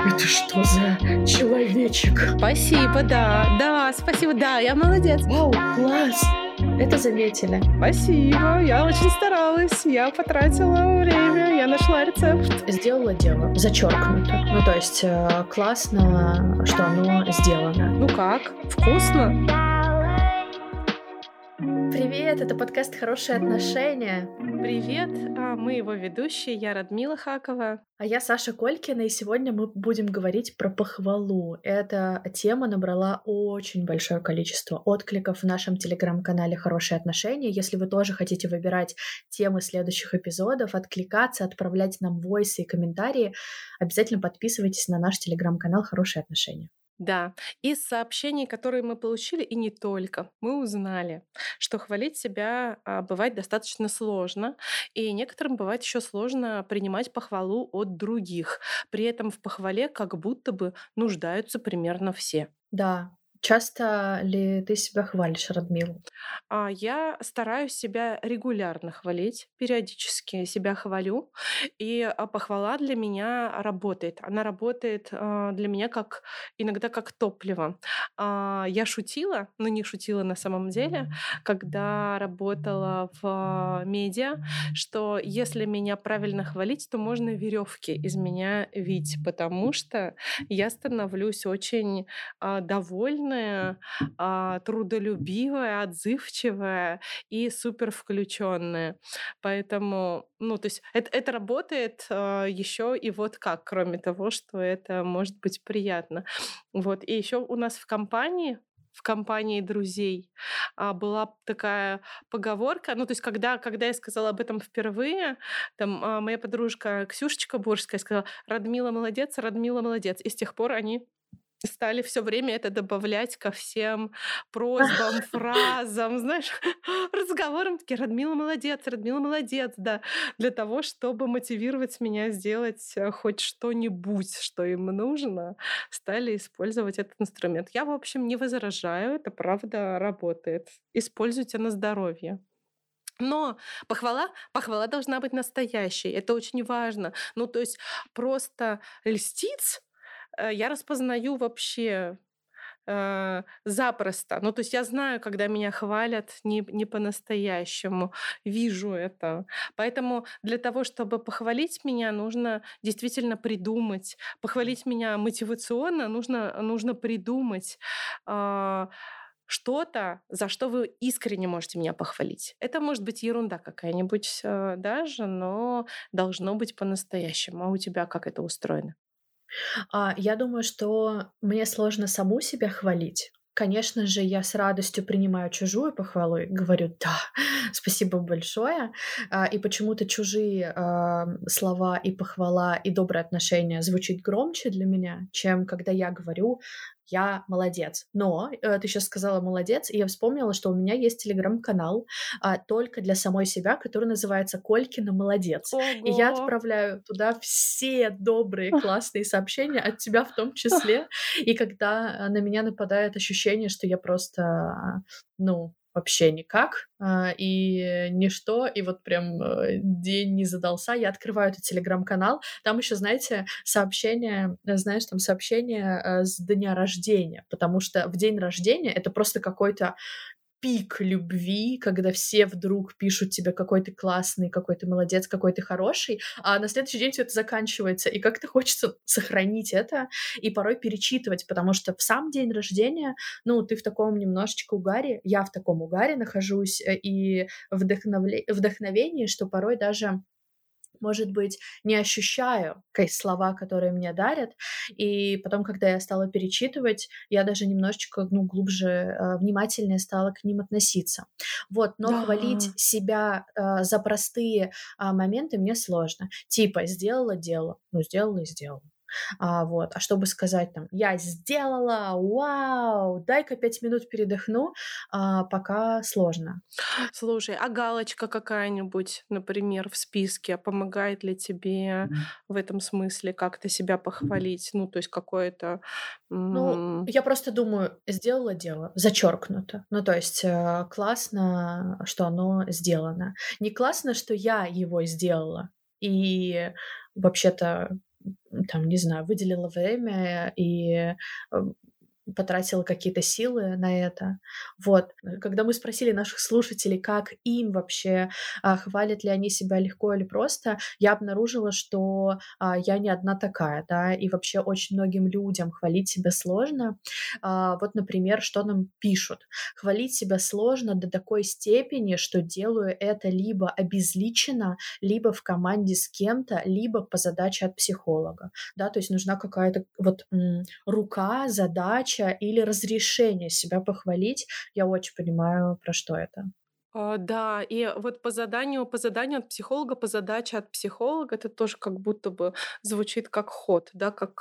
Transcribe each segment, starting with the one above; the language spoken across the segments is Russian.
Это что за человечек? Спасибо, да, спасибо, да, я молодец. Вау, класс! Это заметили. Спасибо, я очень старалась, я потратила время, я нашла рецепт. Сделала дело, зачеркнуто. Ну, то есть классно, что оно сделано. Ну как, вкусно? Привет, это подкаст «Хорошие отношения». Привет, мы его ведущие, я Радмила Хакова. А я Саша Колькина, и сегодня мы будем говорить про похвалу. Эта тема набрала очень большое количество откликов в нашем телеграм-канале «Хорошие отношения». Если вы тоже хотите выбирать темы следующих эпизодов, откликаться, отправлять нам войсы и комментарии, обязательно подписывайтесь на наш телеграм-канал «Хорошие отношения». Да, из сообщений, которые мы получили, и не только, мы узнали, что хвалить себя бывает достаточно сложно, и некоторым бывает еще сложно принимать похвалу от других. При этом в похвале как будто бы нуждаются примерно все. Да. Часто ли ты себя хвалишь, Радмила? Я стараюсь себя регулярно хвалить, периодически себя хвалю, и похвала для меня работает. Она работает для меня как иногда как топливо. Я шутила, но не шутила на самом деле, когда работала в медиа, что если меня правильно хвалить, то можно веревки из меня вить, потому что я становлюсь очень довольная, трудолюбивая, отзывчивая и супер включенная. Поэтому, то есть это работает еще и вот как, кроме того, что это может быть приятно. Вот. И еще у нас в компании друзей была такая поговорка, то есть когда я сказала об этом впервые, там моя подружка Ксюшечка Буржская сказала: Радмила молодец, Радмила молодец. И с тех пор они стали все время это добавлять ко всем просьбам, фразам, знаешь, разговорам. Такие: Радмила молодец, да. Для того, чтобы мотивировать меня сделать хоть что-нибудь, что им нужно, стали использовать этот инструмент. Я, в общем, не возражаю, это правда работает. Используйте на здоровье. Но похвала должна быть настоящей. Это очень важно. То есть просто льстиц я распознаю вообще запросто. То есть я знаю, когда меня хвалят не по-настоящему, вижу это. Поэтому для того, чтобы похвалить меня, нужно действительно придумать. Похвалить меня мотивационно нужно придумать что-то, за что вы искренне можете меня похвалить. Это может быть ерунда какая-нибудь даже, но должно быть по-настоящему. А у тебя как это устроено? Я думаю, что мне сложно саму себя хвалить. Конечно же, я с радостью принимаю чужую похвалу и говорю: «Да, спасибо большое». И почему-то чужие слова и похвала, и добрые отношения звучит громче для меня, чем когда я говорю: «Я молодец». Но ты сейчас сказала «молодец», и я вспомнила, что у меня есть телеграм-канал только для самой себя, который называется «Колькина молодец». И я Ого! отправляю туда все добрые, классные сообщения, от тебя в том числе. И когда на меня нападает ощущение, что я просто, вообще никак, и ничто, и вот прям день не задался, я открываю этот телеграм-канал, там еще, знаете, сообщения, знаешь, там сообщения с дня рождения, потому что в день рождения это просто какой-то пик любви, когда все вдруг пишут тебе, какой ты классный, какой ты молодец, какой ты хороший, а на следующий день все это заканчивается, и как-то хочется сохранить это и порой перечитывать, потому что в сам день рождения, ты в таком немножечко угаре, я в таком угаре нахожусь и вдохновении, что порой даже, может быть, не ощущаю слова, которые мне дарят. И потом, когда я стала перечитывать, я даже немножечко, глубже, внимательнее стала к ним относиться. Вот, но хвалить Да. себя за простые моменты мне сложно. Типа сделала дело, сделала и сделала. Вот. А чтобы сказать там: «Я сделала, вау, дай-ка 5 минут передохну», пока сложно. Слушай, а галочка какая-нибудь, например, в списке, помогает ли тебе в этом смысле как-то себя похвалить? То есть какое-то... Я просто думаю, сделала дело, зачеркнуто. То есть классно, что оно сделано. Не классно, что я его сделала. И вообще-то там, не знаю, выделила время и, потратила какие-то силы на это. Вот. Когда мы спросили наших слушателей, как им вообще, хвалят ли они себя легко или просто, я обнаружила, что, я не одна такая, да, и вообще очень многим людям хвалить себя сложно. Вот, например, что нам пишут: "Хвалить себя сложно до такой степени, что делаю это либо обезличенно, либо в команде с кем-то, либо по задаче от психолога". Да, то есть нужна какая-то вот, рука, задача или разрешение себя похвалить. Я очень понимаю, про что это. Да, и вот по заданию от психолога, по задаче от психолога это тоже как будто бы звучит как ход, да, как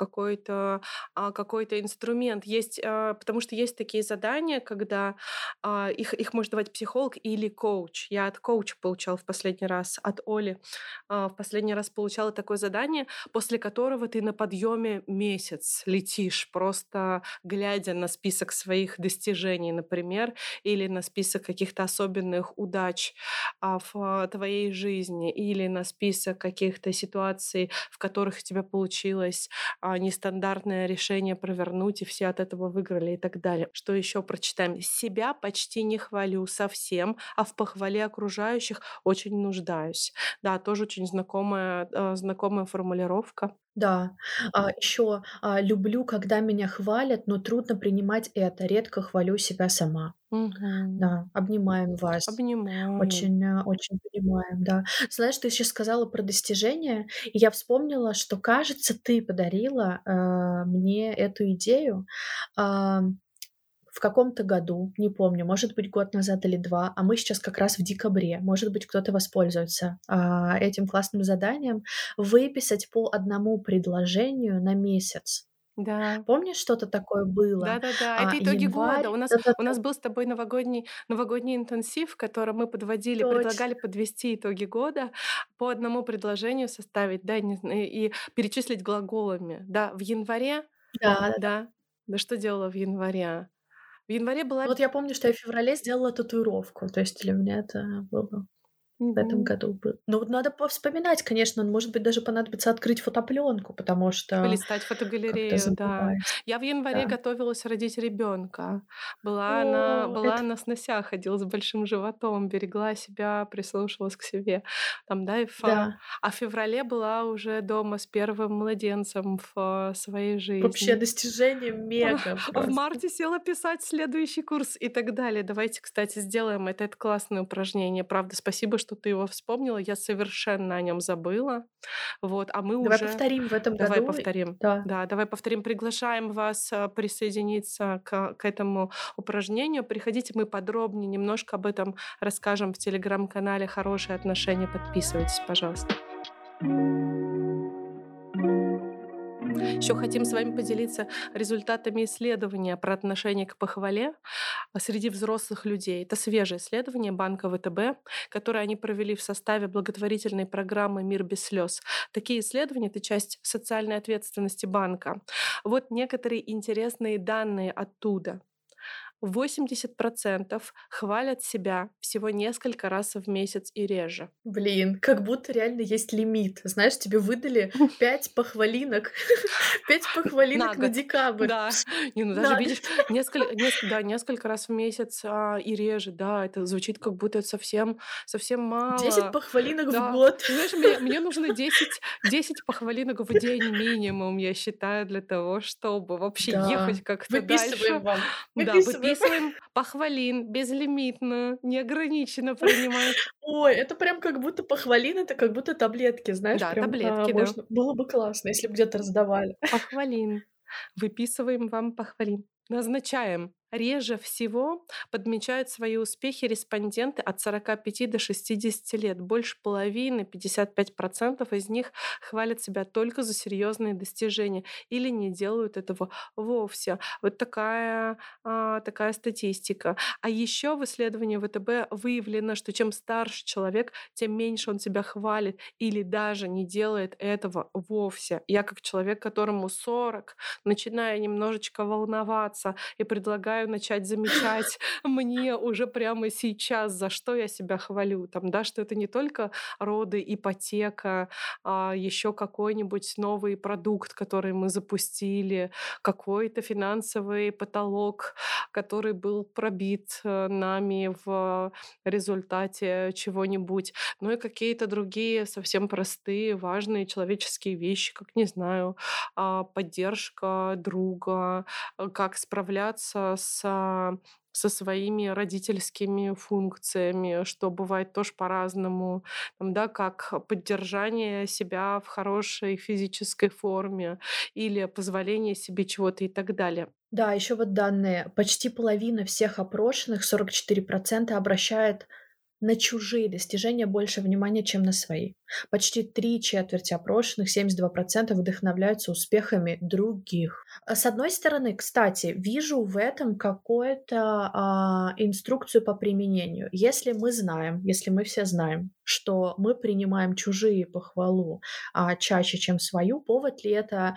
какой-то инструмент. Потому что есть такие задания, когда, их может давать психолог или коуч. Я от коуча получала в последний раз, от Оли, в последний раз получала такое задание, после которого ты на подъеме месяц летишь, просто глядя на список своих достижений, например, или на список каких-то особенных удач, в твоей жизни, или на список каких-то ситуаций, в которых у тебя получилось, нестандартное решение провернуть, и все от этого выиграли и так далее. Что еще прочитаем? Себя почти не хвалю совсем, а в похвале окружающих очень нуждаюсь. Да, тоже очень знакомая формулировка. Да, еще, люблю, когда меня хвалят, но трудно принимать это. Редко хвалю себя сама. Мгм. Да, обнимаем вас. Обнимаем. Очень понимаем, да. Знаешь, ты сейчас сказала про достижения, и я вспомнила, что, кажется, ты подарила, мне эту идею. Ам, в каком-то году, не помню, может быть, год назад или 2, а мы сейчас как раз в декабре. Может быть, кто-то воспользуется, этим классным заданием: выписать по одному предложению на месяц. Да. Помнишь, что-то такое было? Да-да-да, это итоги года. Январь, У нас был с тобой новогодний интенсив, в котором мы предлагали точно. подвести итоги года, по одному предложению составить, да, не зна и перечислить глаголами. Да, в январе, Да-да-да. да. Да, что делала в январе? В январе была. Ну, вот я помню, что я в феврале сделала татуировку. То есть для меня это было в этом Мгм. году был. Ну, вот надо повспоминать, конечно. Может быть, даже понадобится открыть фотопленку, потому что Полистать как-то фотогалерею, да. забывается. Я в январе Да. готовилась родить ребенка. Была на О, была это на сносях, ходила с большим животом, берегла себя, прислушивалась к себе. Там, да, да. в феврале была уже дома с первым младенцем в своей Вообще жизни. достижение мега В просто. марте села писать следующий курс и так далее. Давайте, кстати, сделаем это. Это классное упражнение. Правда, спасибо, что ты его вспомнила. Я совершенно о нем забыла. Вот, а мы Давай уже. повторим в этом Давай году. повторим. Да. Да, давай повторим. Приглашаем вас, присоединиться к этому упражнению. Приходите, мы подробнее немножко об этом расскажем в телеграм-канале "Хорошие отношения". Подписывайтесь, пожалуйста. Еще хотим с вами поделиться результатами исследования про отношение к похвале, среди взрослых людей. Это свежее исследование банка ВТБ, которое они провели в составе благотворительной программы "Мир без слез". Такие исследования — это часть социальной ответственности банка. Вот некоторые интересные данные оттуда. 80% хвалят себя всего несколько раз в месяц и реже. Блин, как будто реально есть лимит. Знаешь, тебе выдали 5 похвалинок, 5 На похвалинок на год. декабрь. Да. Не, ну даже На год. видишь, несколько раз в месяц, и реже. Да, это звучит, как будто это совсем 10 мало. похвалинок в Да. год. Ты знаешь, мне нужно 10 похвалинок в день минимум, я считаю, для того, чтобы вообще Да, ехать как-то дальше. выписываем вам, Да, выписываем. выписываем похвалин безлимитно, неограниченно принимать. Ой, это прям как будто похвалин, это как будто таблетки, знаешь, Да, прям, таблетки, да. можно было бы классно, если б где-то раздавали. Похвалин. Выписываем вам похвалин. Назначаем. Реже всего подмечают свои успехи респонденты от 45 до 60 лет. Больше половины, 55% из них хвалят себя только за серьезные достижения или не делают этого вовсе. Вот такая статистика. А еще в исследовании ВТБ выявлено, что чем старше человек, тем меньше он себя хвалит или даже не делает этого вовсе. Я как человек, которому 40, начинаю немножечко волноваться и предлагаю успеваю начать замечать мне уже прямо сейчас, за что я себя хвалю. Там, да, что это не только роды, ипотека, еще какой-нибудь новый продукт, который мы запустили, какой-то финансовый потолок, который был пробит нами в результате чего-нибудь. Ну и какие-то другие совсем простые, важные человеческие вещи, как, не знаю, поддержка друга, как справляться со своими родительскими функциями, что бывает тоже по-разному, там, да, как поддержание себя в хорошей физической форме или позволение себе чего-то и так далее. Да, еще вот данные. Почти половина всех опрошенных, 44%, обращает на чужие достижения больше внимания, чем на свои. Почти 3/4 опрошенных, 72%, вдохновляются успехами других. С одной стороны, кстати, вижу в этом какую-то инструкцию по применению. Если мы все знаем, что мы принимаем чужие похвалу чаще, чем свою, повод ли это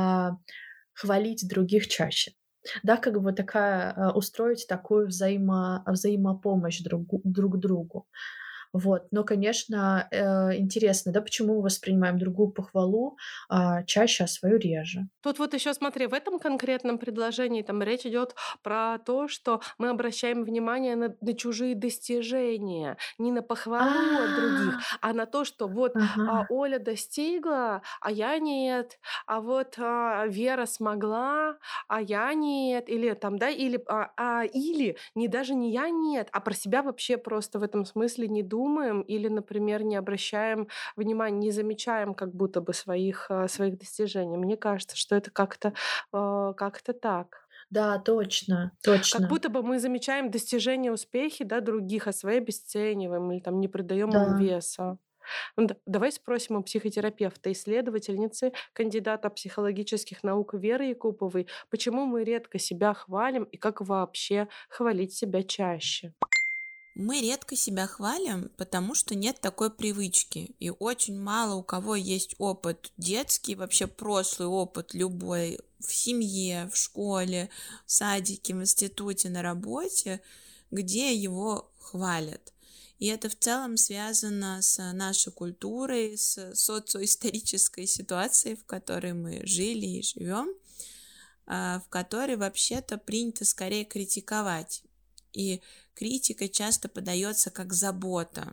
хвалить других чаще? Да, как бы устроить такую взаимопомощь друг другу. Вот. Но, конечно, интересно, да, почему мы воспринимаем другую похвалу чаще, а свою реже. Тут вот еще смотри, в этом конкретном предложении там речь идет про то, что мы обращаем внимание на чужие достижения, не на похвалу от других, А, а на то, что вот ага. Оля достигла, а я нет, а вот Вера смогла, а я нет, или там, да, или не даже не я нет, а про себя вообще просто в этом смысле не думаем, или, например, не обращаем внимания, не замечаем как будто бы своих достижений. Мне кажется, что это как-то так. Да, точно, Как точно. будто бы мы замечаем достижения, успехи, да, других, а свои обесцениваем или там не придаем им Да. веса. Ну, давай спросим у психотерапевта, исследовательницы, кандидата психологических наук Веры Якуповой, почему мы редко себя хвалим и как вообще хвалить себя чаще. Мы редко себя хвалим, потому что нет такой привычки. И очень мало у кого есть опыт детский, вообще прошлый опыт любой в семье, в школе, в садике, в институте, на работе, где его хвалят. И это в целом связано с нашей культурой, с социоисторической ситуацией, в которой мы жили и живем, в которой вообще-то принято скорее критиковать. И критика часто подается как забота,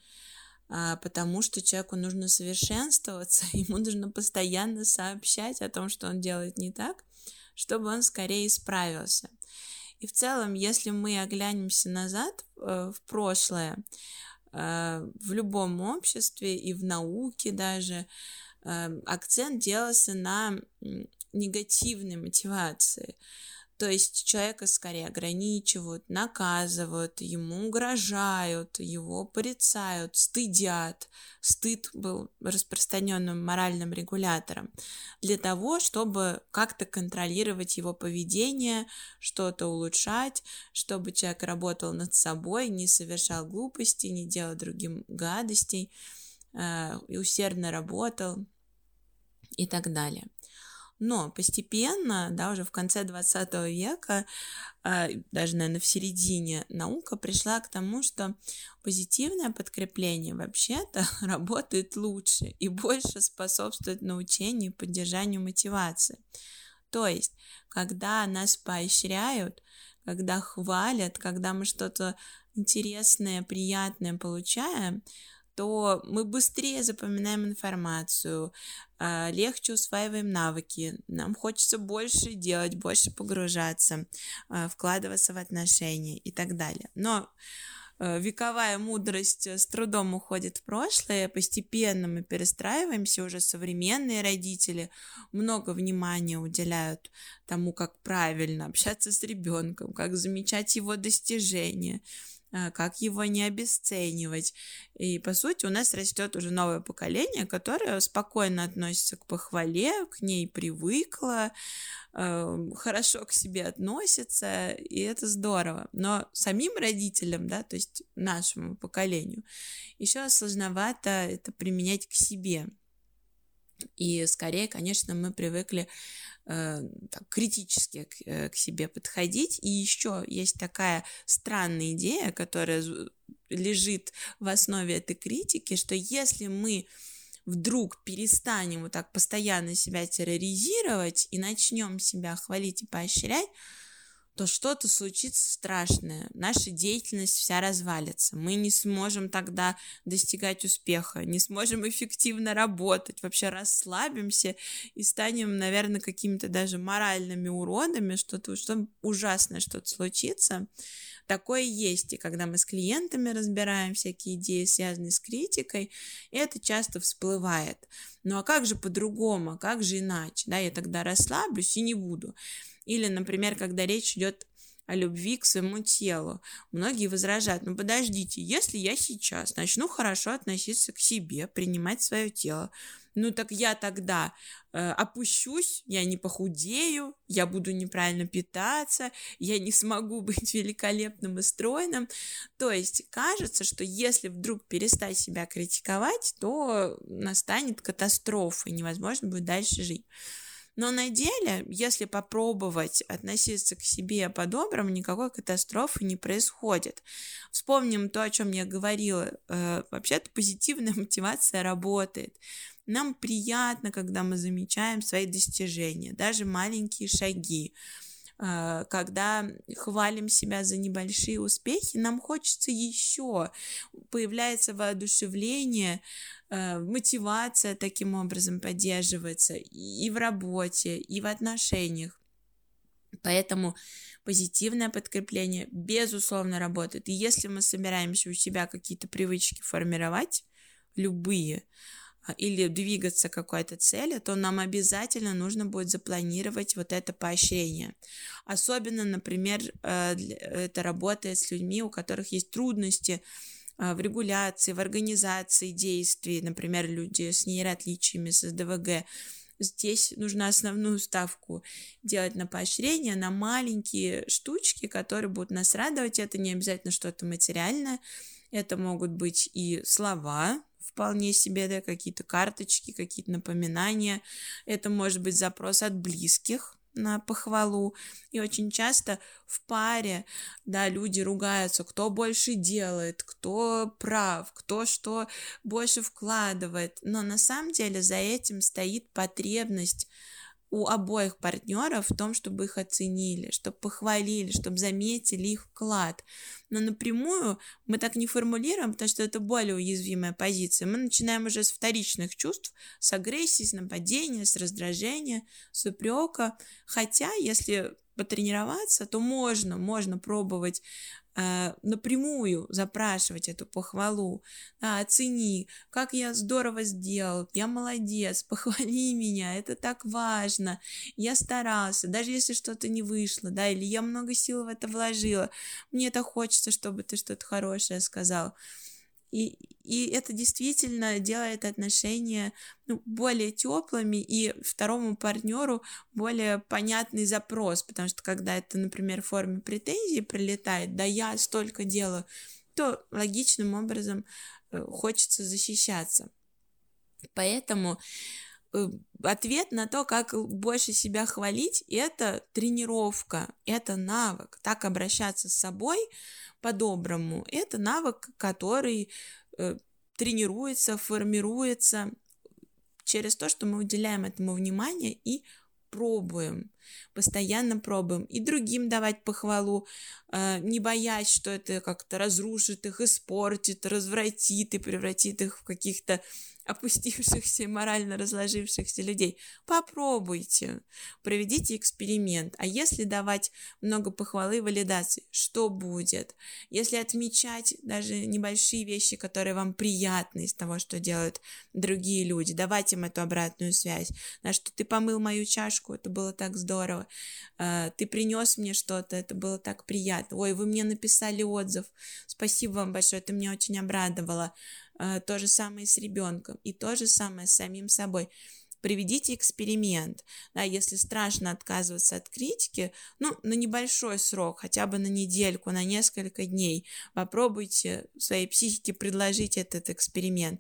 потому что человеку нужно совершенствоваться, ему нужно постоянно сообщать о том, что он делает не так, чтобы он скорее исправился. И в целом, если мы оглянемся назад в прошлое, в любом обществе и в науке даже, акцент делался на негативной мотивации. То есть человека скорее ограничивают, наказывают, ему угрожают, его порицают, стыдят. Стыд был распространенным моральным регулятором для того, чтобы как-то контролировать его поведение, что-то улучшать, чтобы человек работал над собой, не совершал глупостей, не делал другим гадостей, и усердно работал и так далее. Но постепенно, да, уже в конце 20 века, даже, наверное, в середине, наука пришла к тому, что позитивное подкрепление вообще-то работает лучше и больше способствует научению и поддержанию мотивации. То есть, когда нас поощряют, когда хвалят, когда мы что-то интересное, приятное получаем, то мы быстрее запоминаем информацию, легче усваиваем навыки, нам хочется больше делать, больше погружаться, вкладываться в отношения и так далее. Но вековая мудрость с трудом уходит в прошлое, постепенно мы перестраиваемся, уже современные родители много внимания уделяют тому, как правильно общаться с ребенком, как замечать его достижения, как его не обесценивать. И, по сути, у нас растет уже новое поколение, которое спокойно относится к похвале, к ней привыкло, хорошо к себе относится, и это здорово. Но самим родителям, да, то есть нашему поколению, еще сложновато это применять к себе. И скорее, конечно, мы привыкли критически к себе подходить. И еще есть такая странная идея, которая лежит в основе этой критики, что если мы вдруг перестанем вот так постоянно себя терроризировать и начнем себя хвалить и поощрять, то что-то случится страшное, наша деятельность вся развалится, мы не сможем тогда достигать успеха, не сможем эффективно работать, вообще расслабимся и станем, наверное, какими-то даже моральными уродами, что ужасное что-то случится. Такое есть, и когда мы с клиентами разбираем всякие идеи, связанные с критикой, это часто всплывает. Ну а как же по-другому, как же иначе? Да, я тогда расслаблюсь и не буду. Или, например, когда речь идет о любви к своему телу. Многие возражают, ну подождите, если я сейчас начну хорошо относиться к себе, принимать свое тело, ну так я тогда опущусь, я не похудею, я буду неправильно питаться, я не смогу быть великолепным и стройным. То есть кажется, что если вдруг перестать себя критиковать, то настанет катастрофа, и невозможно будет дальше жить. Но на деле, если попробовать относиться к себе по-доброму, никакой катастрофы не происходит. Вспомним то, о чем я говорила. Вообще-то позитивная мотивация работает. Нам приятно, когда мы замечаем свои достижения, даже маленькие шаги. Когда хвалим себя за небольшие успехи, нам хочется еще. Появляется воодушевление, мотивация таким образом поддерживается и в работе, и в отношениях. Поэтому позитивное подкрепление безусловно работает. И если мы собираемся у себя какие-то привычки формировать, любые, или двигаться к какой-то цели, то нам обязательно нужно будет запланировать вот это поощрение. Особенно, например, это работает с людьми, у которых есть трудности в регуляции, в организации действий, например, люди с нейроотличиями, с СДВГ. Здесь нужно основную ставку делать на поощрение, на маленькие штучки, которые будут нас радовать. Это не обязательно что-то материальное, это могут быть и слова, вполне себе, да, какие-то карточки, какие-то напоминания. Это может быть запрос от близких на похвалу. И очень часто в паре, да, люди ругаются, кто больше делает, кто прав, кто что больше вкладывает. Но на самом деле за этим стоит потребность у обоих партнеров в том, чтобы их оценили, чтобы похвалили, чтобы заметили их вклад. Но напрямую мы так не формулируем, потому что это более уязвимая позиция. Мы начинаем уже с вторичных чувств, с агрессии, с нападения, с раздражения, с упрека. Хотя, если потренироваться, то можно пробовать напрямую запрашивать эту похвалу. Оцени, как я здорово сделал, я молодец, похвали меня, это так важно, я старался, даже если что-то не вышло, да, или я много сил в это вложила, мне так хочется, чтобы ты что-то хорошее сказал. И это действительно делает отношения более теплыми и второму партнеру более понятный запрос, потому что когда это, например, в форме претензии прилетает, да я столько делаю, то логичным образом хочется защищаться. Поэтому ответ на то, как больше себя хвалить, это тренировка, это навык. Так обращаться с собой по-доброму, это навык, который тренируется, формируется через то, что мы уделяем этому внимание и пробуем, постоянно пробуем. И другим давать похвалу, не боясь, что это как-то разрушит их, испортит, развратит и превратит их в каких-то опустившихся, морально разложившихся людей. Попробуйте, проведите эксперимент. А если давать много похвалы и валидации, что будет? Если отмечать даже небольшие вещи, которые вам приятны из того, что делают другие люди, давать им эту обратную связь, что ты помыл мою чашку, это было так здорово, ты принес мне что-то, это было так приятно, ой, вы мне написали отзыв, спасибо вам большое, это меня очень обрадовало. То же самое с ребенком и то же самое с самим собой. Проведите эксперимент, да, если страшно отказываться от критики, на небольшой срок, хотя бы на недельку, на несколько дней, попробуйте своей психике предложить этот эксперимент.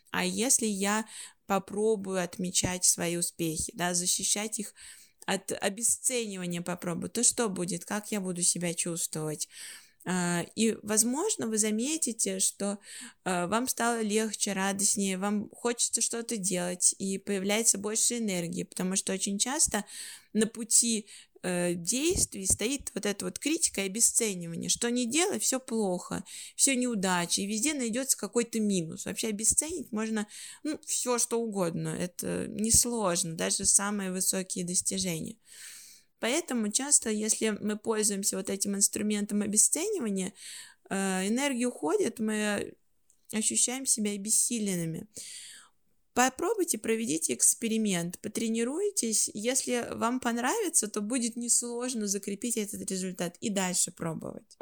А если я попробую отмечать свои успехи, да, защищать их от обесценивания попробую, то что будет? Как я буду себя чувствовать? И, возможно, вы заметите, что вам стало легче, радостнее, вам хочется что-то делать, и появляется больше энергии, потому что очень часто на пути действий стоит вот эта вот критика и обесценивание, что не делай, все плохо, все неудачи, и везде найдется какой-то минус. Вообще обесценить можно, все что угодно, это несложно, даже самые высокие достижения. Поэтому часто, если мы пользуемся вот этим инструментом обесценивания, энергия уходит, мы ощущаем себя обессиленными. Попробуйте, проведите эксперимент, потренируйтесь. Если вам понравится, то будет несложно закрепить этот результат и дальше пробовать.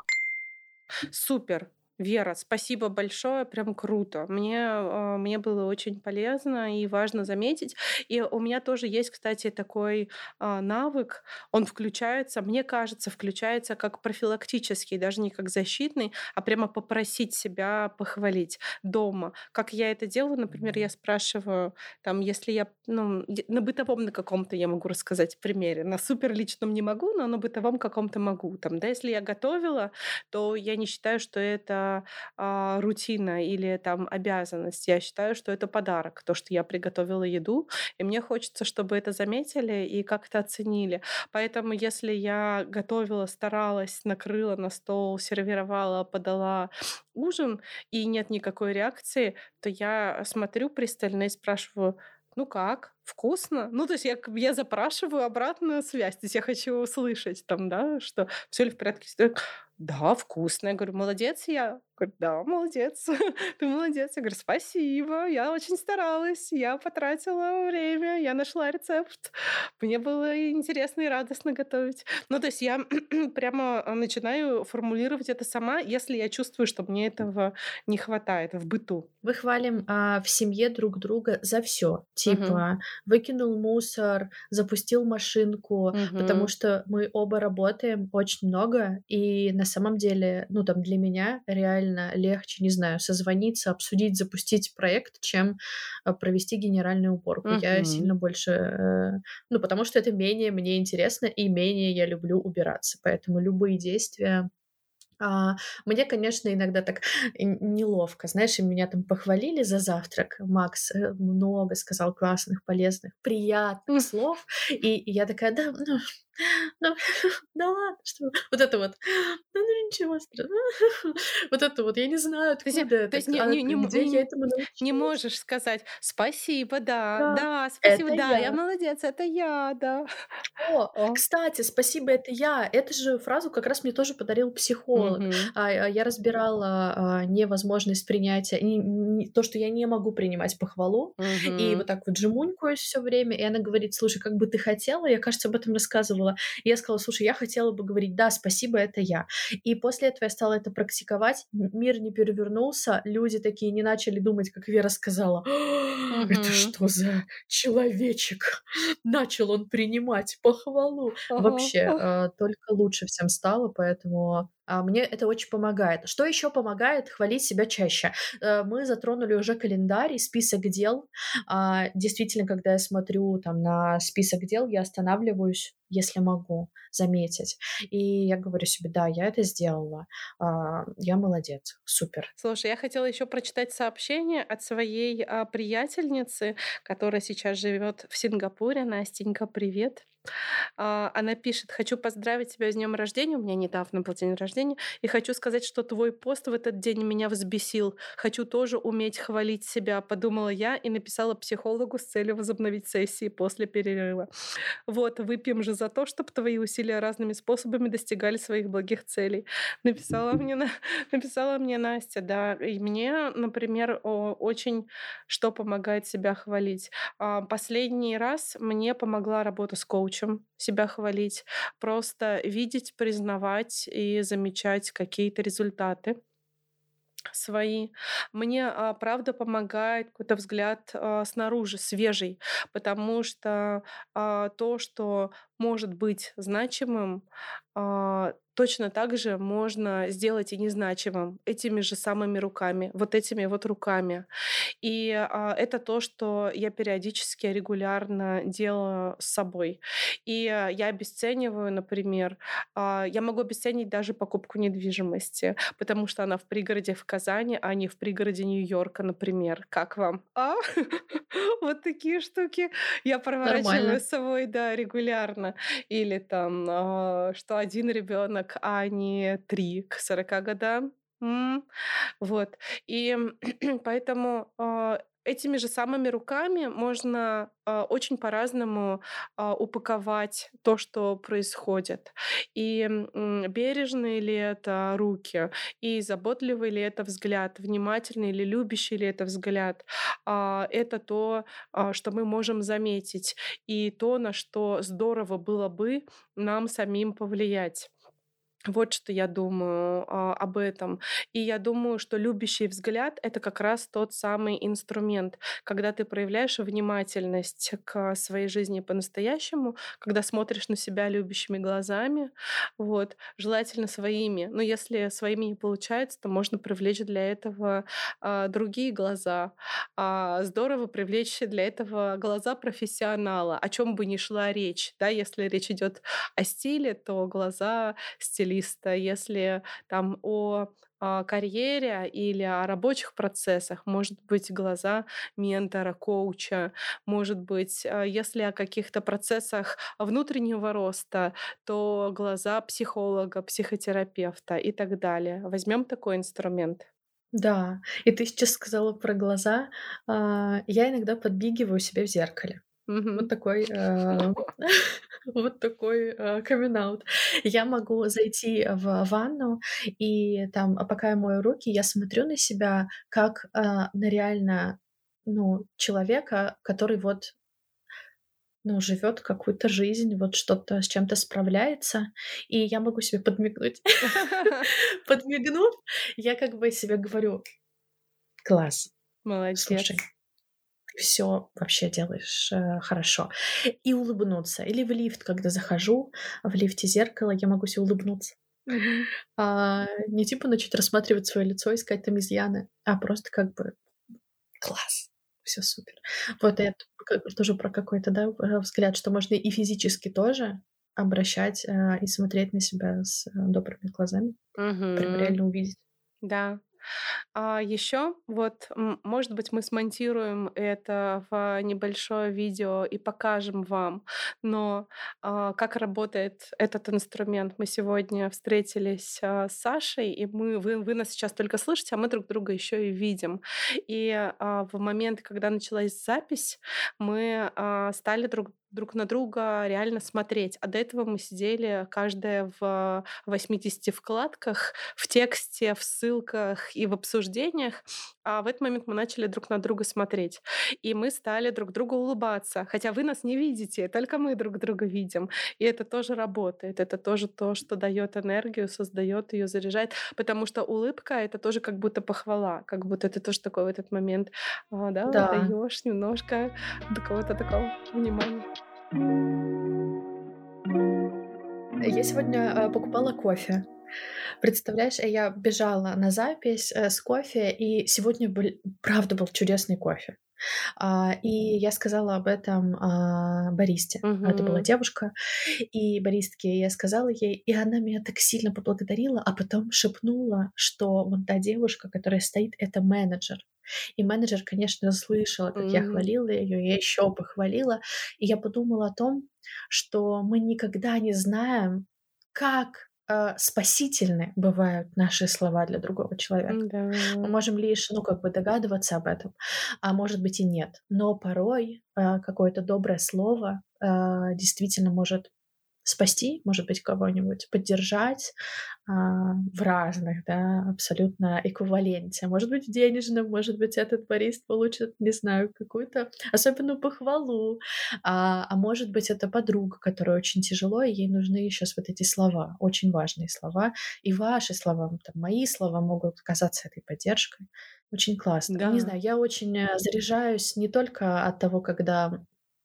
Супер. Вера, спасибо большое, прям круто. Мне было очень полезно и важно заметить. И у меня тоже есть, кстати, такой навык. Он включается, мне кажется, включается как профилактический, даже не как защитный, а прямо попросить себя похвалить дома. Как я это делаю, например, я спрашиваю, там, если я, на бытовом на каком-то я могу рассказать примере, на супер личном не могу, но на бытовом каком-то могу. Там, да, если я готовила, то я не считаю, что это рутина или там обязанность. Я считаю, что это подарок, то, что я приготовила еду, и мне хочется, чтобы это заметили и как-то оценили. Поэтому если я готовила, старалась, накрыла на стол, сервировала, подала ужин, и нет никакой реакции, то я смотрю пристально и спрашиваю: ну как? Вкусно? Ну, то есть я запрашиваю обратную связь. То есть я хочу услышать там, да, что все ли в порядке. Если да, вкусно. Я говорю, молодец я. Говорит, да, молодец. Ты молодец. Я говорю, спасибо. Я очень старалась. Я потратила время. Я нашла рецепт. Мне было и интересно и радостно готовить. Ну, то есть я прямо начинаю формулировать это сама, если я чувствую, что мне этого не хватает в быту. Мы хвалим в семье друг друга за все. Мгм. Типа, выкинул мусор, запустил машинку, потому Мгм. что мы оба работаем очень много, и на самом деле, ну, там, для меня реально легче, не знаю, созвониться, обсудить, запустить проект, чем провести генеральную уборку. Я Мгм. сильно больше, ну, потому что это менее мне интересно, и менее я люблю убираться. Поэтому любые действия а, мне, конечно, иногда так неловко. Знаешь, и меня там похвалили за завтрак. Макс много сказал классных, полезных, приятных М. слов. И я такая, да, ну, да ладно, что вы». Вот это вот. Да ну ничего страшного. Вот это вот. Я не знаю, То есть откуда то это, есть где я этому не научилась. можешь сказать: "Спасибо, да, Да, да, спасибо, это да, я. я молодец, это я, да". О, О. кстати, спасибо, это я. Эту же фразу как раз мне тоже подарил психолог. Мгм. Я разбирала, невозможность принятия, то, что я не могу принимать похвалу, и вот Мгм. так вот жмунькаюсь все время, и она говорит: "Слушай, как бы ты хотела?" Я, кажется, об этом рассказывала. И я сказала: "Слушай, я хотела бы говорить: "Да, спасибо, это я". И после этого я стала это практиковать. Мир не перевернулся, люди такие не начали думать, как Вера сказала: "Это Мгм. что за человечек?" Начал он принимать похвалу. Ага. Вообще, Ох. только лучше всем стало, поэтому, мне это очень помогает. Что еще помогает? Хвалить себя чаще. Мы затронули уже календарь и список дел. Действительно, когда я смотрю там на список дел, я останавливаюсь, если могу заметить. И я говорю себе: "Да, я это сделала. Я молодец, супер". Слушай, я хотела еще прочитать сообщение от своей, приятельницы, которая сейчас живет в Сингапуре. Настенька, привет. Она пишет: "Хочу поздравить тебя с днем рождения". У меня недавно был день рождения. "И хочу сказать, что твой пост в этот день меня взбесил. Хочу тоже уметь хвалить себя", подумала я и написала психологу с целью возобновить сессии после перерыва. Вот, выпьем же за то, чтобы твои усилия разными способами достигали своих благих целей. Написала мне, написала мне Настя, да. И мне, например, очень что помогает себя хвалить. Последний раз мне помогла работа с коучем себя хвалить. Просто видеть, признавать и замечать какие-то результаты свои. Мне, правда, помогает какой-то взгляд, снаружи, свежий, потому что, то, что может быть значимым, точно так же можно сделать и незначимым этими же самыми руками, вот этими вот руками. И, это то, что я периодически регулярно делаю с собой. И, я обесцениваю, например, я могу обесценить даже покупку недвижимости, потому что она в пригороде в Казани, а не в пригороде Нью-Йорка, например. Как вам? Вот такие штуки я проворачиваю Нормально. с собой, да, регулярно. Или там, что один ребенок, а не 3 к 40 годам. Вот. И поэтому, этими же самыми руками можно, очень по-разному, упаковать то, что происходит. И, бережные ли это руки, и заботливый ли это взгляд, внимательный или любящий ли это взгляд. Это то, что мы можем заметить, и то, на что здорово было бы нам самим повлиять. Вот что я думаю, об этом. И я думаю, что любящий взгляд — это как раз тот самый инструмент, когда ты проявляешь внимательность к своей жизни по-настоящему, когда смотришь на себя любящими глазами, вот, желательно своими. Но если своими не получается, то можно привлечь для этого, другие глаза. Здорово привлечь для этого глаза профессионала, о чем бы ни шла речь. Да, если речь идет о стиле, то глаза стилиста, если там о карьере или о рабочих процессах, может быть, глаза ментора, коуча, может быть, если о каких-то процессах внутреннего роста, то глаза психолога, психотерапевта и так далее. Возьмем такой инструмент. Да, и ты сейчас сказала про глаза. Я иногда подмигиваю себе в зеркале. Вот Мгм. такой, вот такой, камин-аут. Я могу зайти в ванну, и там, пока я мою руки, я смотрю на себя как, на реально, ну, человека, который вот, ну, живет какую-то жизнь, вот что-то с чем-то справляется, и я могу себе подмигнуть. Подмигнув, я как бы себе говорю: "Класс, слушай, Молодец. ты всё вообще делаешь, хорошо". И улыбнуться. Или в лифт, когда захожу, в лифте зеркало, я могу се улыбнуться. Мгм. Не типа начать рассматривать свое лицо, искать там изъяны, а просто как бы класс, все супер. Вот это тоже про какой-то, да, взгляд, что можно и физически тоже обращать, и смотреть на себя с, добрыми глазами, прям Мгм. реально увидеть. Да. Еще вот, может быть, мы смонтируем это в небольшое видео и покажем вам, но как работает этот инструмент? Мы сегодня встретились с Сашей, и вы нас сейчас только слышите, а мы друг друга еще и видим. И в момент, когда началась запись, мы стали друг на друга реально смотреть. А до этого мы сидели каждая в 80 вкладках, в тексте, в ссылках и в обсуждениях. А в этот момент мы начали друг на друга смотреть. И мы стали друг другу улыбаться. Хотя вы нас не видите, только мы друг друга видим. И это тоже работает. Это тоже то, что дает энергию, создает ее, заряжает. Потому что улыбка — это тоже как будто похвала. Как будто ты тоже такой в этот момент, да, Да. даешь немножко какого-то такого внимания. Я сегодня, покупала кофе. Представляешь, я бежала на запись, с кофе, и сегодня правда был чудесный кофе. И я сказала об этом, баристе. Это была Мгм. девушка, и баристке я сказала ей, и она меня так сильно поблагодарила, а потом шепнула, что вот та девушка, которая стоит, это менеджер. И менеджер, конечно, слышала, как я Мгм. хвалила ее, я еще похвалила. И я подумала о том, что мы никогда не знаем, как, спасительны бывают наши слова для другого человека. Да. Мы можем лишь, ну, как бы догадываться об этом, а может быть и нет. Но порой, какое-то доброе слово, действительно может спасти, может быть, кого-нибудь, поддержать, в разных, да, абсолютно эквиваленте. Может быть, в денежном, может быть, этот барист получит, не знаю, какую-то особенную похвалу, а может быть, это подруга, которой очень тяжело, и ей нужны сейчас вот эти слова, очень важные слова. И ваши слова, там, мои слова могут оказаться этой поддержкой. Очень классно. Не Да. знаю, я очень, заряжаюсь не только от того, когда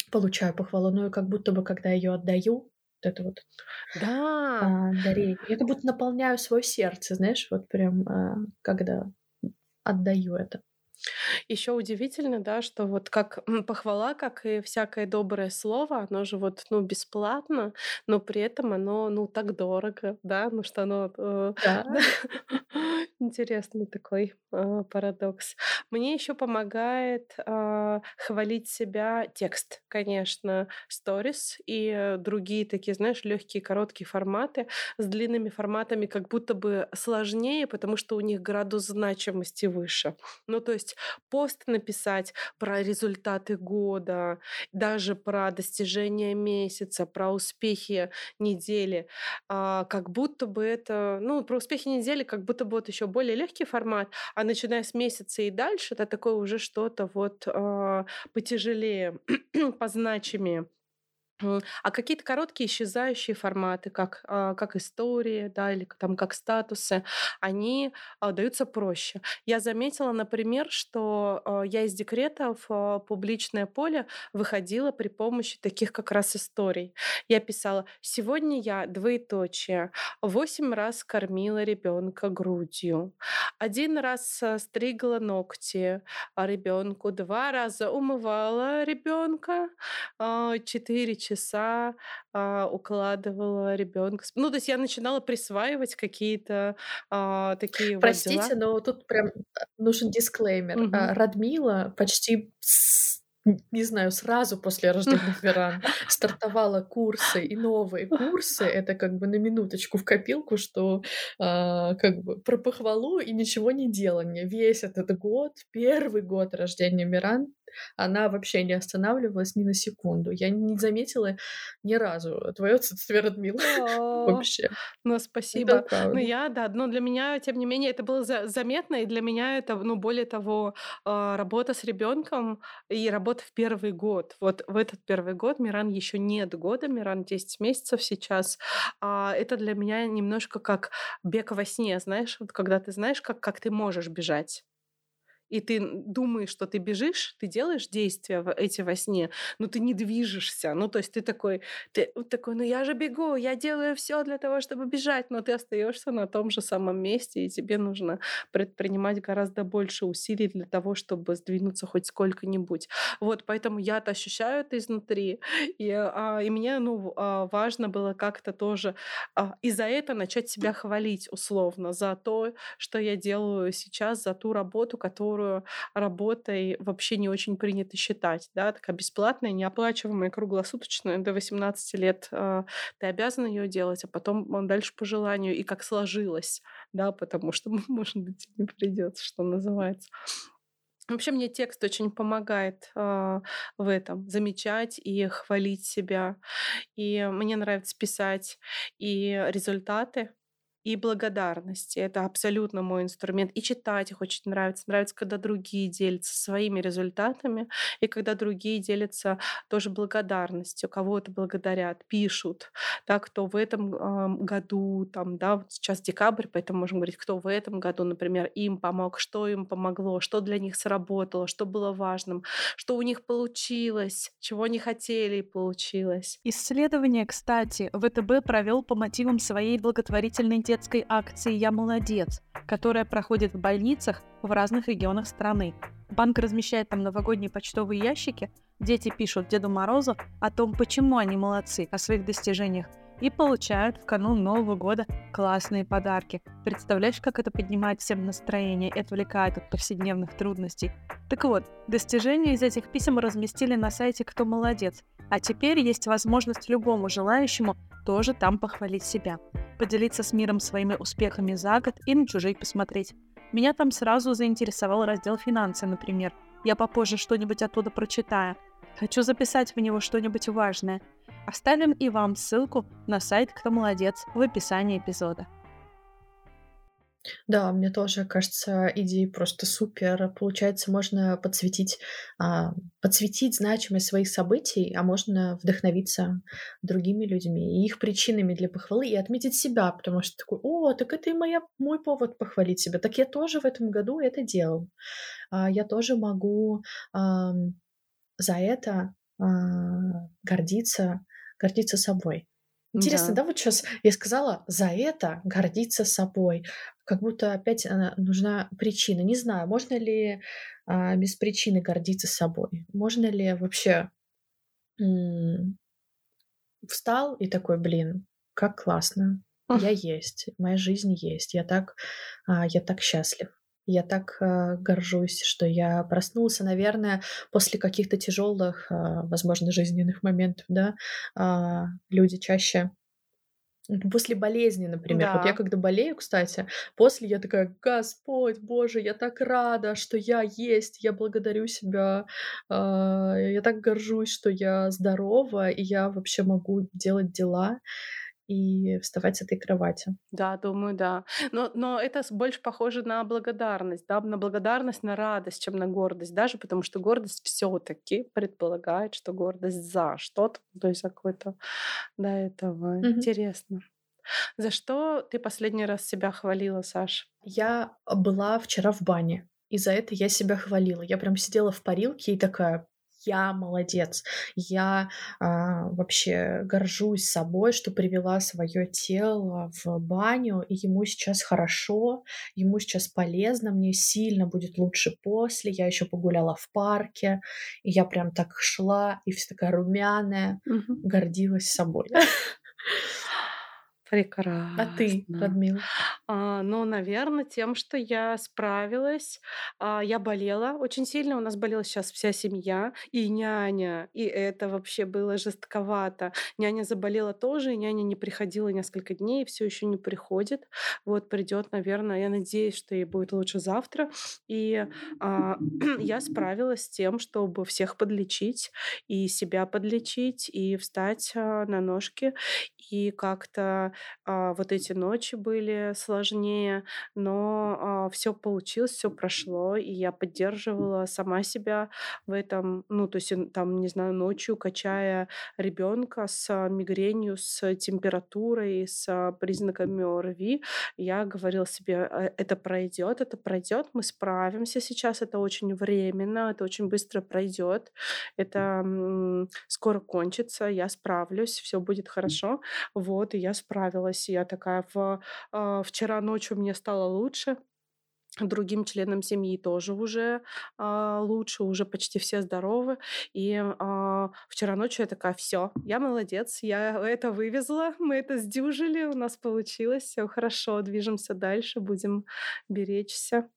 получаю похвалу, но и как будто бы, когда ее отдаю, вот это вот Да, дарение, я как будто наполняю свое сердце, знаешь, вот прям, когда отдаю это. еще удивительно, да, что вот как похвала, как и всякое доброе слово, оно же вот, ну, бесплатно, но при этом оно, ну, так дорого, да, ну, что оно, Да. да, интересный такой парадокс. Мне еще помогает хвалить себя текст, конечно, сторис и другие такие, знаешь, легкие, короткие форматы. С длинными форматами как будто бы сложнее, потому что у них градус значимости выше. Ну, то есть пост написать про результаты года, даже про достижения месяца, про успехи недели, как будто бы это, ну, про успехи недели, как будто бы вот еще более легкий формат, а начиная с месяца и дальше, это такое уже что-то вот потяжелее, позначимее. А какие-то короткие исчезающие форматы, как истории, да, или там как статусы, они даются проще. Я заметила, например, что я из декрета в публичное поле выходила при помощи таких как раз историй. Я писала: «Сегодня я, двоеточие, 8 раз кормила ребенка грудью, 1 раз стригла ногти ребенку, 2 раза умывала ребенка, 4 часа, укладывала ребенка. Ну, то есть я начинала присваивать какие-то, такие вот дела. Простите, но тут прям, нужен дисклеймер. Мгм. Радмила почти не знаю, сразу после рождения Ферран стартовала курсы и новые курсы. Это как бы на минуточку в копилку, что, как бы про похвалу и ничего не делание. Весь этот год, первый год рождения Миран, она вообще не останавливалась ни на секунду. Я не заметила ни разу твоё отсутствие, Радмила, О, вообще. ну, Это спасибо. Ну, правда. я, да, но для меня, тем не менее, это было заметно, и для меня это, ну, более того, работа с ребенком и работа в первый год. Вот в этот первый год, Миран еще нет года, Миран 10 месяцев сейчас. Это для меня немножко как бег во сне, знаешь, вот когда ты знаешь, как ты можешь бежать. И ты думаешь, что ты бежишь, ты делаешь действия эти во сне, но ты не движешься. Ну, то есть ты вот такой: «Ну, я же бегу, я делаю все для того, чтобы бежать», но ты остаешься на том же самом месте, и тебе нужно предпринимать гораздо больше усилий для того, чтобы сдвинуться хоть сколько-нибудь. Вот, поэтому я-то ощущаю это изнутри, и мне, ну, важно было как-то тоже, и за это начать себя хвалить условно, за то, что я делаю сейчас, за ту работу, которую работой вообще не очень принято считать, да, такая бесплатная, неоплачиваемая, круглосуточная. До 18 лет ты обязан ее делать, а потом дальше по желанию и как сложилось, да, потому что, может быть, и не придется, что называется. Вообще мне текст очень помогает в этом замечать и хвалить себя. И мне нравится писать и результаты, и благодарности. Это абсолютно мой инструмент. И читать их очень нравится. Нравится, когда другие делятся своими результатами, и когда другие делятся тоже благодарностью, кого-то благодарят, пишут, да, кто в этом году, там, да, вот сейчас декабрь, поэтому можем говорить, кто в этом году, например, им помог, что им помогло, что для них сработало, что было важным, что у них получилось, чего не хотели и получилось. Исследование, кстати, ВТБ провел по мотивам своей благотворительной детской акции «Я молодец», которая проходит в больницах в разных регионах страны. Банк размещает там новогодние почтовые ящики, дети пишут Деду Морозу о том, почему они молодцы, о своих достижениях, и получают в канун Нового года классные подарки. Представляешь, как это поднимает всем настроение и отвлекает от повседневных трудностей? Так вот, достижения из этих писем разместили на сайте «Кто молодец», а теперь есть возможность любому желающему тоже там похвалить себя, поделиться с миром своими успехами за год и на чужие посмотреть. Меня там сразу заинтересовал раздел «Финансы», например. Я попозже что-нибудь оттуда прочитаю. Хочу записать в него что-нибудь важное. Оставим и вам ссылку на сайт «Кто молодец» в описании эпизода. Да, мне тоже кажется, идея просто супер. Получается, можно подсветить значимость своих событий, а можно вдохновиться другими людьми и их причинами для похвалы и отметить себя, потому что такой: о, так это и мой повод похвалить себя. Так я тоже в этом году это делал. Я тоже могу за это гордиться собой. Интересно, Да. да, вот сейчас я сказала за это гордиться собой, как будто опять нужна причина. Не знаю, можно ли без причины гордиться собой? Можно ли вообще м, встал и такой, блин, как классно, я есть, моя жизнь есть, я так счастлив. Я так горжусь, что я проснулся, наверное, после каких-то тяжелых, возможно, жизненных моментов, да, люди чаще после болезни, например. Вот я Да. когда болею, кстати, после я такая: "Господь Боже, я так рада, что я есть, я благодарю себя, я так горжусь, что я здорова, и я вообще могу делать дела и вставать с этой кровати". Да, думаю, да. Но это больше похоже на благодарность, да, на благодарность, на радость, чем на гордость. Даже потому что гордость все-таки предполагает, что гордость за что-то, то есть за какое-то до этого. Мгм. Интересно. За что ты последний раз себя хвалила, Саш? Я была вчера в бане, и за это я себя хвалила. Я прям сидела в парилке и такая: "Я молодец". Я, вообще горжусь собой, что привела свое тело в баню, и ему сейчас хорошо, ему сейчас полезно, мне сильно будет лучше после. Я еще погуляла в парке, и я прям так шла, и вся такая румяная, Мгм. гордилась собой. А ты, Прекрасно. Радмила? Ну, наверно, тем, что я справилась. Я болела очень сильно. У нас болела сейчас вся семья, и няня, и это вообще было жестковато. Няня заболела тоже, и няня не приходила несколько дней, все еще не приходит. Вот придет, наверное, я надеюсь, что ей будет лучше завтра. И, я справилась с тем, чтобы всех подлечить, и себя подлечить, и встать, на ножки. И как-то вот эти ночи были сложнее, но все получилось, все прошло, и я поддерживала сама себя в этом. Ну, то есть, там, не знаю, ночью, качая ребенка с мигренью, с температурой, с признаками ОРВИ, я говорила себе: это пройдет, мы справимся сейчас, это очень временно, это очень быстро пройдет, это скоро кончится, я справлюсь, все будет хорошо". Вот, и я справилась. И я такая вчера ночью мне стало лучше, другим членам семьи тоже уже, лучше, уже почти все здоровы. И, вчера ночью я такая: все, я молодец, я это вывезла, мы это сдюжили, у нас получилось, все хорошо, движемся дальше, будем беречься".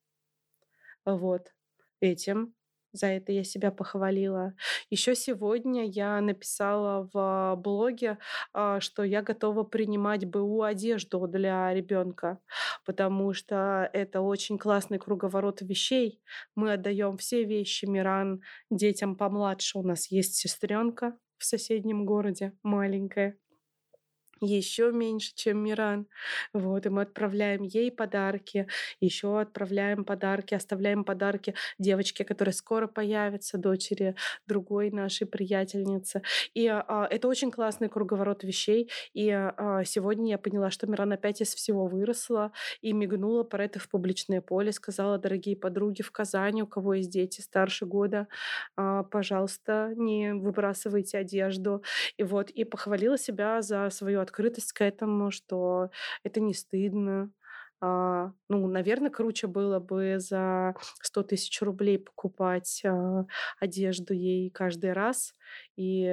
Вот этим. За это я себя похвалила. Еще сегодня я написала в блоге, что я готова принимать БУ одежду для ребенка, потому что это очень классный круговорот вещей. Мы отдаем все вещи Миран детям помладше. У нас есть сестренка в соседнем городе, маленькая, еще меньше, чем Миран. Вот, и мы отправляем ей подарки, еще отправляем подарки, оставляем подарки девочке, которая скоро появится, дочери другой нашей приятельницы. И это очень классный круговорот вещей. И сегодня я поняла, что Миран опять из всего выросла и мигнула про это в публичное поле, сказала: "Дорогие подруги в Казани, у кого есть дети старше года, пожалуйста, не выбрасывайте одежду". И вот, и похвалила себя за свою открытость к этому, что это не стыдно. Ну, наверно, круче было бы за 100 000 рублей покупать, одежду ей каждый раз и,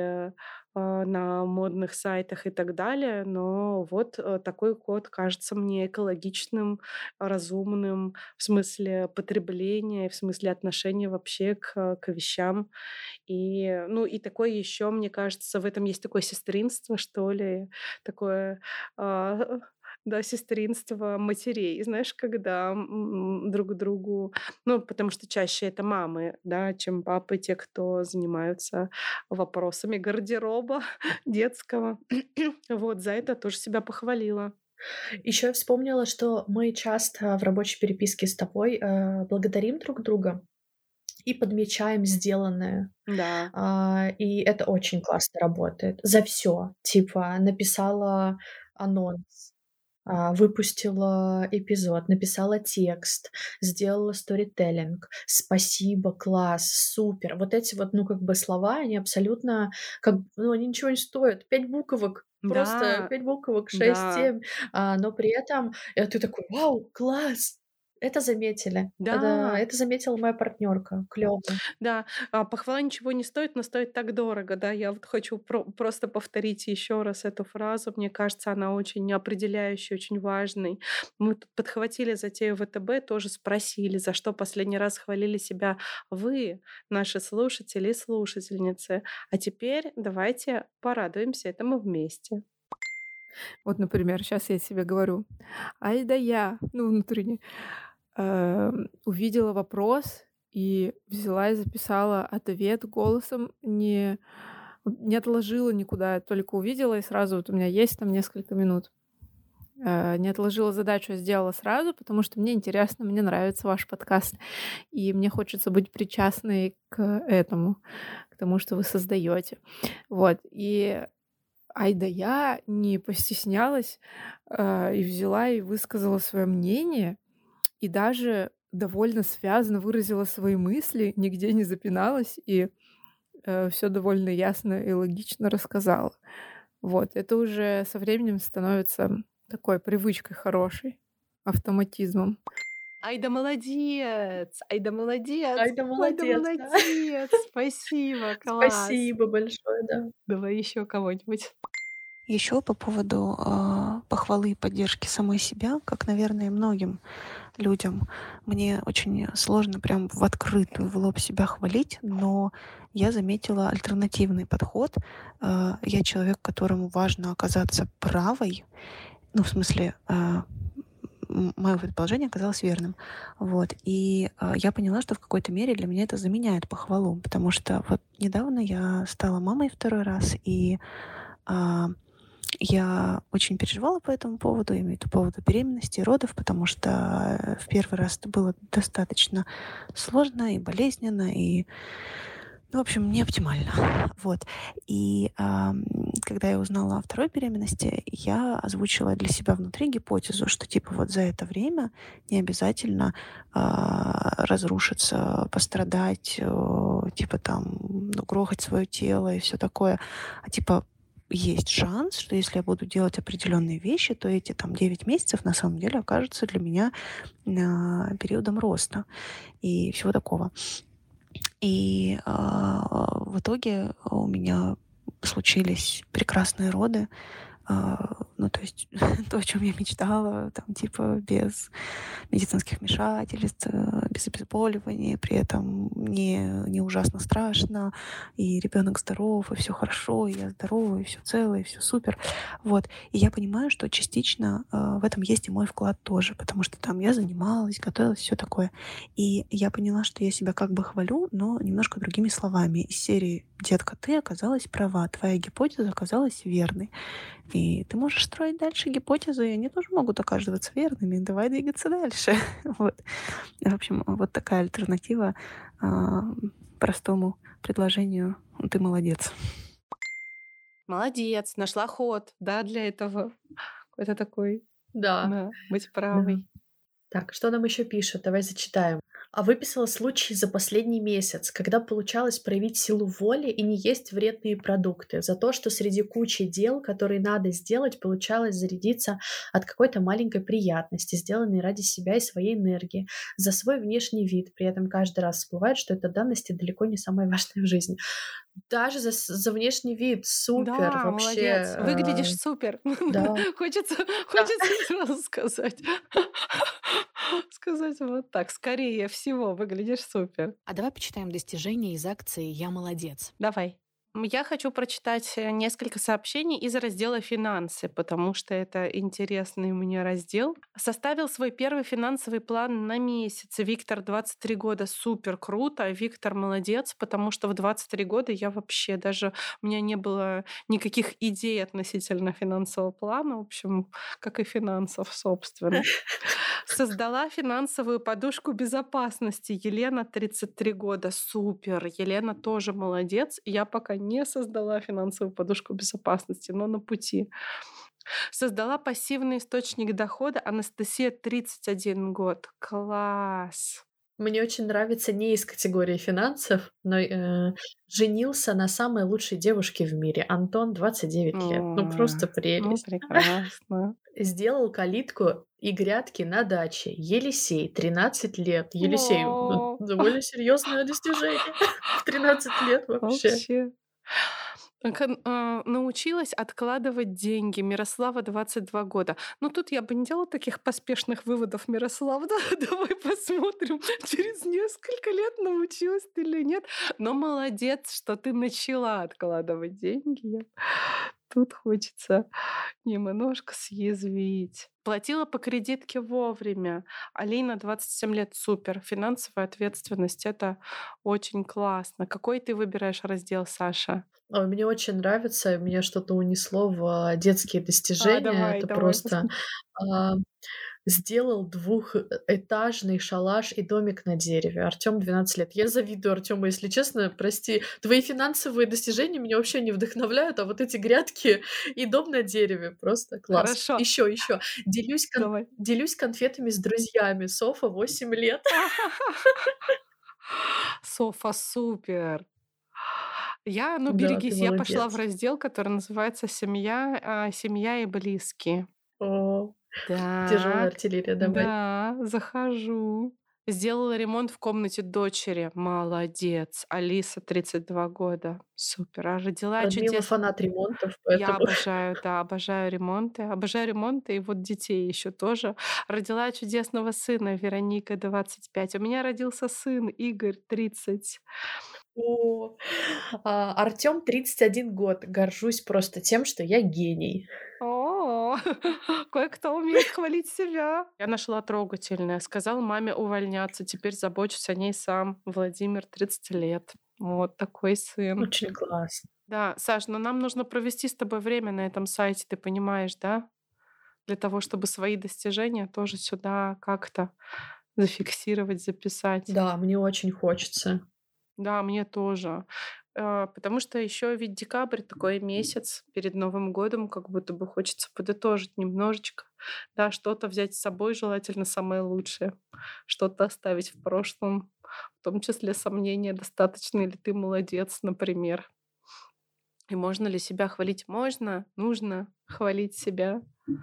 на модных сайтах и так далее. Но вот, такой код кажется мне экологичным, разумным в смысле потребления, в смысле отношения вообще к вещам. И, ну, и такое еще, мне кажется, в этом есть такое сестринство, что ли, такое, а, да, сестринство матерей. Знаешь, когда друг другу, ну, потому что чаще это мамы, да, чем папы, те, кто занимаются вопросами гардероба детского. Вот, за это тоже себя похвалила. Еще я вспомнила, что мы часто в рабочей переписке с тобой, благодарим друг друга и подмечаем сделанное. Да. И это очень классно работает. За все. Типа написала анонс, выпустила эпизод, написала текст, сделала сторителлинг. Спасибо, класс, супер. Вот эти вот, ну, как бы слова, они абсолютно, ну, они ничего не стоят. 5 буквок, просто Да, 5 буквок, 6, да, 7. Но при этом ты такой: «Вау, класс!» Это заметили. да. Это заметила моя партнерка. Клево. Да, похвала ничего не стоит, но стоит так дорого, да. Я вот хочу просто повторить еще раз эту фразу. Мне кажется, она очень определяющей, очень важной. Мы тут подхватили затею ВТБ, тоже спросили, за что последний раз хвалили себя вы, наши слушатели и слушательницы. А теперь давайте порадуемся этому вместе. Вот, например, сейчас я себе говорю: «Ай да я», ну, внутренне, увидела вопрос и взяла и записала ответ голосом, не отложила никуда, только увидела, и сразу вот у меня есть там несколько минут. Не отложила задачу, а сделала сразу, потому что мне интересно, мне нравится ваш подкаст, и мне хочется быть причастной к этому, к тому, что вы создаете. Вот, и ай да я не постеснялась, и взяла и высказала свое мнение, и даже довольно связно выразила свои мысли, нигде не запиналась, и все довольно ясно и логично рассказала. Вот, это уже со временем становится такой привычкой хорошей, автоматизмом. Ай да молодец! Ай да молодец! Ай да Ай да молодец, да. молодец! Спасибо, класс! Спасибо большое, да. Давай еще кого-нибудь. Еще по поводу похвалы и поддержки самой себя, как, наверное, и многим людям, мне очень сложно прям в открытую, в лоб себя хвалить, но я заметила альтернативный подход. Я человек, которому важно оказаться правой, ну, в смысле, мое предположение оказалось верным. Вот. И я поняла, что в какой-то мере для меня это заменяет похвалу, потому что вот недавно я стала мамой второй раз, и а, я очень переживала по этому поводу, именно по поводу беременности и родов, потому что в первый раз это было достаточно сложно и болезненно, и, ну, в общем, не оптимально. Вот. И когда я узнала о второй беременности, я озвучила для себя внутри гипотезу, что типа вот за это время не обязательно разрушиться, пострадать, типа там, ну, грохать свое тело и все такое, а типа есть шанс, что если я буду делать определенные вещи, то эти там 9 месяцев на самом деле окажутся для меня периодом роста и всего такого. И в итоге у меня случились прекрасные роды. Ну, то есть то, о чем я мечтала, там, типа, без медицинских вмешательств, без обезболивания, при этом не ужасно страшно, и ребенок здоров, и все хорошо, и я здорова, и все целое, и все супер. Вот. И я понимаю, что частично в этом есть и мой вклад тоже, потому что там я занималась, готовилась, все такое. И я поняла, что я себя как бы хвалю, но немножко другими словами. Из серии: «Детка, ты оказалась права, твоя гипотеза оказалась верной». И ты можешь строить дальше гипотезы, и они тоже могут оказываться верными. Давай двигаться дальше. Вот. В общем, вот такая альтернатива простому предложению «ты молодец». Молодец, нашла ход, да, для этого. Это такой, Да, да, быть да. правой. Так, что нам еще пишут? Давай зачитаем. Выписала случай за последний месяц, когда получалось проявить силу воли и не есть вредные продукты. За то, что среди кучи дел, которые надо сделать, получалось зарядиться от какой-то маленькой приятности, сделанной ради себя и своей энергии. За свой внешний вид. При этом каждый раз всплывает, что эта данность далеко не самая важная в жизни. Даже за внешний вид. Супер. Да, молодец. Вообще. Выглядишь супер. Да. Хочется сразу сказать. Сказать вот так. Скорее всего, выглядишь супер. А давай почитаем достижения из акции «Я молодец». Давай. Я хочу прочитать несколько сообщений из раздела «Финансы», потому что это интересный мне раздел. Составил свой первый финансовый план на месяц. Виктор, 23 года, супер круто. Виктор, молодец, потому что в 23 года я вообще даже... У меня не было никаких идей относительно финансового плана, в общем, как и финансов, собственно. Создала финансовую подушку безопасности. Елена, 33 года. Супер. Елена тоже молодец. Я пока не создала финансовую подушку безопасности, но на пути. Создала пассивный источник дохода. Анастасия, 31 год. Класс. Мне очень нравится не из категории финансов, но женился на самой лучшей девушке в мире. Антон, 29 лет. Ну, просто Ну, прелесть. прекрасно. Сделал калитку и грядки на даче. Елисей, 13 лет. Елисей, О, довольно серьезное достижение. В 13 лет вообще. вообще. Научилась откладывать деньги. Мирослава, 22 года. Ну, тут я бы не делала таких поспешных выводов, Мирослава. Да, давай посмотрим, через несколько лет научилась ты или нет. Но молодец, что ты начала откладывать деньги. Тут хочется немножко съязвить. Платила по кредитке вовремя. Алина, 27 лет, супер. Финансовая ответственность — это очень классно. Какой ты выбираешь раздел, Саша? Ой, мне очень нравится, меня что-то унесло в детские достижения. Давай, Это давай, просто а, сделал двухэтажный шалаш и домик на дереве. Артём, 12 лет. Я завидую Артёму, если честно, прости. Твои финансовые достижения меня вообще не вдохновляют, а вот эти грядки и дом на дереве просто класс. Хорошо, Еще. давай. Делюсь конфетами с друзьями. Софа, 8 лет. Софа, супер. Да, Берегись, ты я пошла в молодец. раздел, который называется «Семья и близкие». О, тяжелая Так, артиллерия, давай. да, захожу. Сделала ремонт в комнате дочери. Молодец. Алиса, 32 года. Супер. А родила Радмила чудес. фанат ремонтов, Я поэтому... обожаю, да, обожаю ремонты. Обожаю ремонты и вот детей еще тоже. Родила чудесного сына, Вероника, 25. У меня родился сын, Игорь, 30. О, Артём, 31 год. Горжусь просто тем, что я гений. О, кое-кто умеет хвалить себя. Я нашла трогательное. Сказал маме увольняться, теперь забочусь о ней сам. Владимир, 30 лет. Вот такой сын. Очень классно. Да, Саш, но нам нужно провести с тобой время на этом сайте, ты понимаешь, да? Для того, чтобы свои достижения тоже сюда как-то зафиксировать, записать. Да, мне очень хочется. Да, мне тоже. Потому что еще ведь декабрь такой месяц перед Новым годом, как будто бы хочется подытожить немножечко. Да, что-то взять с собой, желательно самое лучшее, что-то оставить в прошлом, в том числе сомнения, достаточно ли ты молодец, например. И можно ли себя хвалить? Можно, нужно хвалить себя.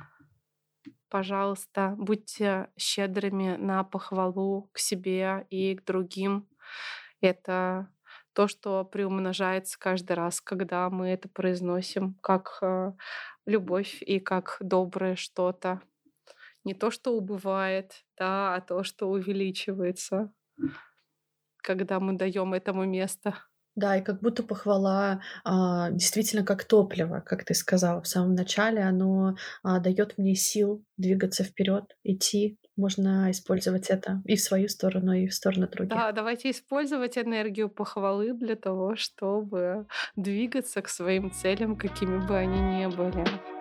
Пожалуйста, будьте щедрыми на похвалу к себе и к другим. Это то, что приумножается каждый раз, когда мы это произносим, как любовь и как доброе что-то. Не то, что убывает, да, а то, что увеличивается, когда мы даем этому место. Да, и как будто похвала действительно как топливо, как ты сказала в самом начале, оно дает мне сил двигаться вперед, идти. Можно использовать это и в свою сторону, и в сторону других. Да, давайте использовать энергию похвалы для того, чтобы двигаться к своим целям, какими бы они ни были.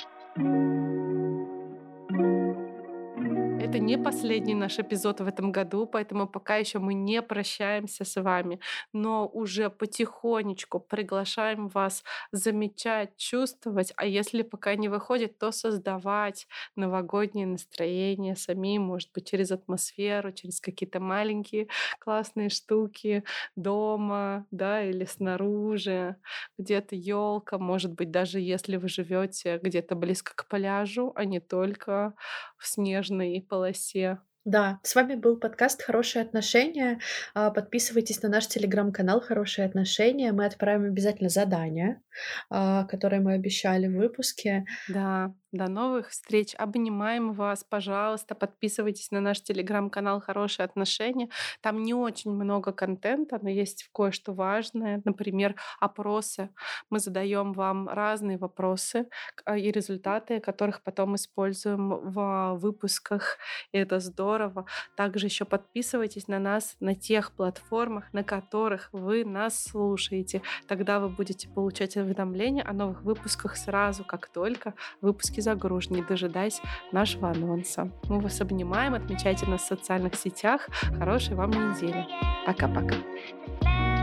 Это не последний наш эпизод в этом году, поэтому пока еще мы не прощаемся с вами, но уже потихонечку приглашаем вас замечать, чувствовать, а если пока не выходит, то создавать новогоднее настроение самим, может быть, через атмосферу, через какие-то маленькие классные штуки дома, да, или снаружи, где-то елка, может быть, даже если вы живете где-то близко к пляжу, а не только в снежной полосе. Да, с вами был подкаст «Хорошие отношения». Подписывайтесь на наш телеграм-канал «Хорошие отношения». Мы отправим обязательно задание, которое мы обещали в выпуске. Да, до новых встреч. Обнимаем вас. Пожалуйста, подписывайтесь на наш телеграм-канал «Хорошие отношения». Там не очень много контента, но есть кое-что важное. Например, опросы. Мы задаем вам разные вопросы и результаты, которых потом используем в выпусках. И это здорово. Также еще подписывайтесь на нас на тех платформах, на которых вы нас слушаете. Тогда вы будете получать уведомления о новых выпусках сразу, как только выпуски загружены, не дожидаясь нашего анонса. Мы вас обнимаем, отмечайте нас в социальных сетях. Хорошей вам недели. Пока-пока.